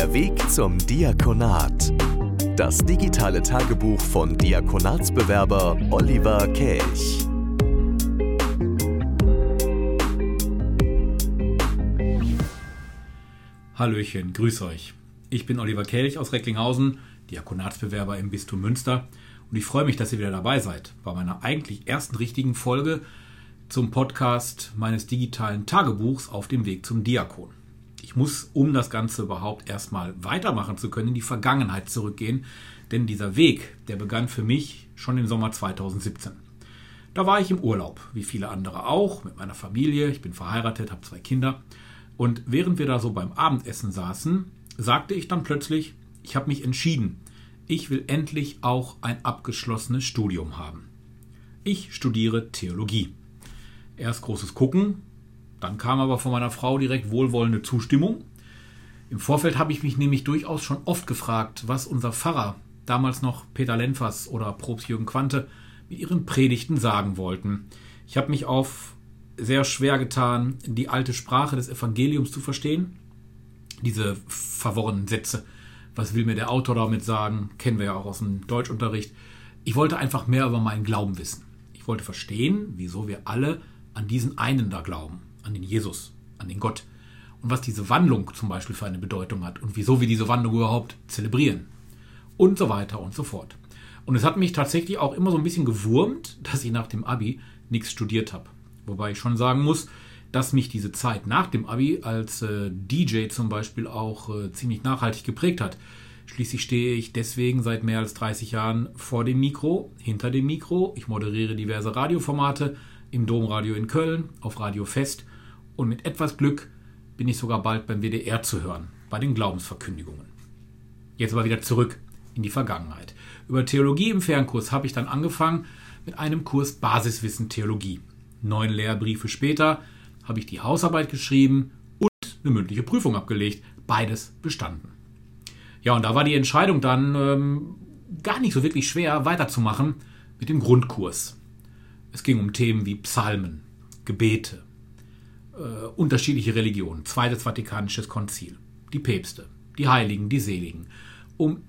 Der Weg zum Diakonat. Das digitale Tagebuch von Diakonatsbewerber Oliver Kelch. Hallöchen, grüß euch. Ich bin Oliver Kelch aus Recklinghausen, Diakonatsbewerber im Bistum Münster, und ich freue mich, dass ihr wieder dabei seid bei meiner eigentlich ersten richtigen Folge zum Podcast meines digitalen Tagebuchs auf dem Weg zum Diakon. Ich muss, um das Ganze überhaupt erstmal weitermachen zu können, in die Vergangenheit zurückgehen, denn dieser Weg, der begann für mich schon im Sommer 2017. Da war ich im Urlaub, wie viele andere auch, mit meiner Familie. Ich bin verheiratet, habe 2 Kinder. Und während wir da so beim Abendessen saßen, sagte ich dann plötzlich, ich habe mich entschieden, ich will endlich auch ein abgeschlossenes Studium haben. Ich studiere Theologie. Erst großes Gucken, dann kam aber von meiner Frau direkt wohlwollende Zustimmung. Im Vorfeld habe ich mich nämlich durchaus schon oft gefragt, was unser Pfarrer, damals noch Peter Lenfers oder Propst Jürgen Quante, mit ihren Predigten sagen wollten. Ich habe mich sehr schwer getan, die alte Sprache des Evangeliums zu verstehen. Diese verworrenen Sätze, was will mir der Autor damit sagen, kennen wir ja auch aus dem Deutschunterricht. Ich wollte einfach mehr über meinen Glauben wissen. Ich wollte verstehen, wieso wir alle an diesen einen da glauben, an den Jesus, an den Gott. Und was diese Wandlung zum Beispiel für eine Bedeutung hat und wieso wir diese Wandlung überhaupt zelebrieren. Und so weiter und so fort. Und es hat mich tatsächlich auch immer so ein bisschen gewurmt, dass ich nach dem Abi nichts studiert habe. Wobei ich schon sagen muss, dass mich diese Zeit nach dem Abi als DJ zum Beispiel auch ziemlich nachhaltig geprägt hat. Schließlich stehe ich deswegen seit mehr als 30 Jahren vor dem Mikro, hinter dem Mikro. Ich moderiere diverse Radioformate im Domradio in Köln, auf Radio Fest, und mit etwas Glück bin ich sogar bald beim WDR zu hören, bei den Glaubensverkündigungen. Jetzt aber wieder zurück in die Vergangenheit. Über Theologie im Fernkurs habe ich dann angefangen mit einem Kurs Basiswissen Theologie. 9 Lehrbriefe später habe ich die Hausarbeit geschrieben und eine mündliche Prüfung abgelegt. Beides bestanden. Ja, und da war die Entscheidung dann gar nicht so wirklich schwer, weiterzumachen mit dem Grundkurs. Es ging um Themen wie Psalmen, Gebete, unterschiedliche Religionen, Zweites Vatikanisches Konzil, die Päpste, die Heiligen, die Seligen, um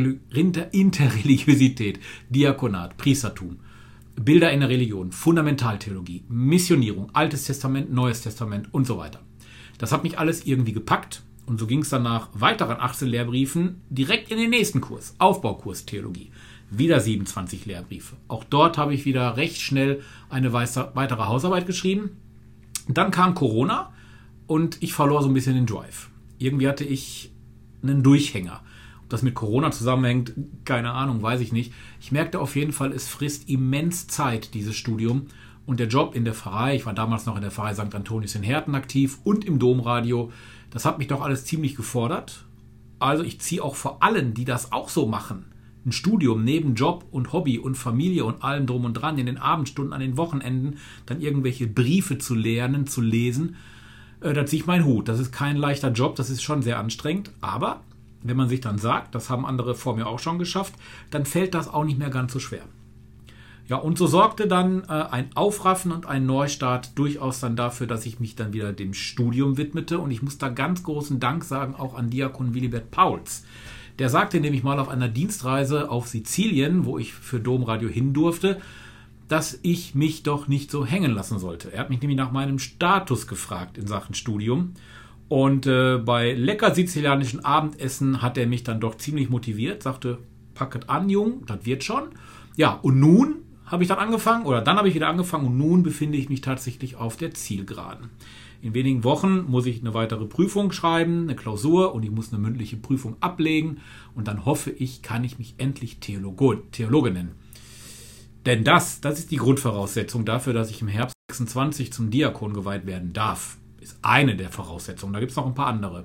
Interreligiosität, Diakonat, Priestertum, Bilder in der Religion, Fundamentaltheologie, Missionierung, Altes Testament, Neues Testament und so weiter. Das hat mich alles irgendwie gepackt, und so ging es dann nach weiteren 18 Lehrbriefen direkt in den nächsten Kurs, Aufbaukurs Theologie. Wieder 27 Lehrbriefe. Auch dort habe ich wieder recht schnell eine weitere Hausarbeit geschrieben. Dann kam Corona und ich verlor so ein bisschen den Drive. Irgendwie hatte ich einen Durchhänger. Ob das mit Corona zusammenhängt, keine Ahnung, weiß ich nicht. Ich merkte auf jeden Fall, es frisst immens Zeit, dieses Studium. Und der Job in der Pfarrei, ich war damals noch in der Pfarrei St. Antonius in Herten aktiv und im Domradio, das hat mich doch alles ziemlich gefordert. Also ich ziehe auch vor allen, die das auch so machen, ein Studium neben Job und Hobby und Familie und allem drum und dran, in den Abendstunden, an den Wochenenden, dann irgendwelche Briefe zu lernen, zu lesen, da ziehe ich meinen Hut. Das ist kein leichter Job, das ist schon sehr anstrengend, aber wenn man sich dann sagt, das haben andere vor mir auch schon geschafft, dann fällt das auch nicht mehr ganz so schwer. Ja, und so sorgte dann ein Aufraffen und ein Neustart durchaus dann dafür, dass ich mich dann wieder dem Studium widmete, und ich muss da ganz großen Dank sagen, auch an Diakon Willibert Pauls. Der sagte nämlich mal auf einer Dienstreise auf Sizilien, wo ich für Domradio hin durfte, dass ich mich doch nicht so hängen lassen sollte. Er hat mich nämlich nach meinem Status gefragt in Sachen Studium. Und bei lecker sizilianischen Abendessen hat er mich dann doch ziemlich motiviert, sagte, packet an, Jung, das wird schon. Ja, und nun habe ich wieder angefangen und nun befinde ich mich tatsächlich auf der Zielgeraden. In wenigen Wochen muss ich eine weitere Prüfung schreiben, eine Klausur, und ich muss eine mündliche Prüfung ablegen, und dann hoffe ich, kann ich mich endlich Theologe nennen. Denn das ist die Grundvoraussetzung dafür, dass ich im Herbst 26 zum Diakon geweiht werden darf. Ist eine der Voraussetzungen, da gibt es noch ein paar andere.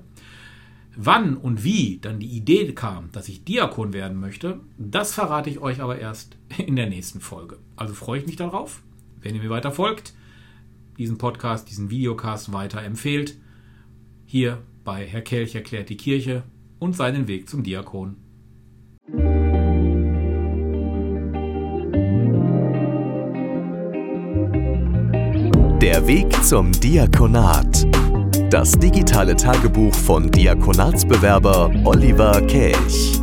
Wann und wie dann die Idee kam, dass ich Diakon werden möchte, das verrate ich euch aber erst in der nächsten Folge. Also freue ich mich darauf, wenn ihr mir weiter folgt, diesen Podcast, diesen Videocast weiter empfehlt, hier bei Herr Kelch erklärt die Kirche und seinen Weg zum Diakon. Der Weg zum Diakonat. Das digitale Tagebuch von Diakonatsbewerber Oliver Kelch.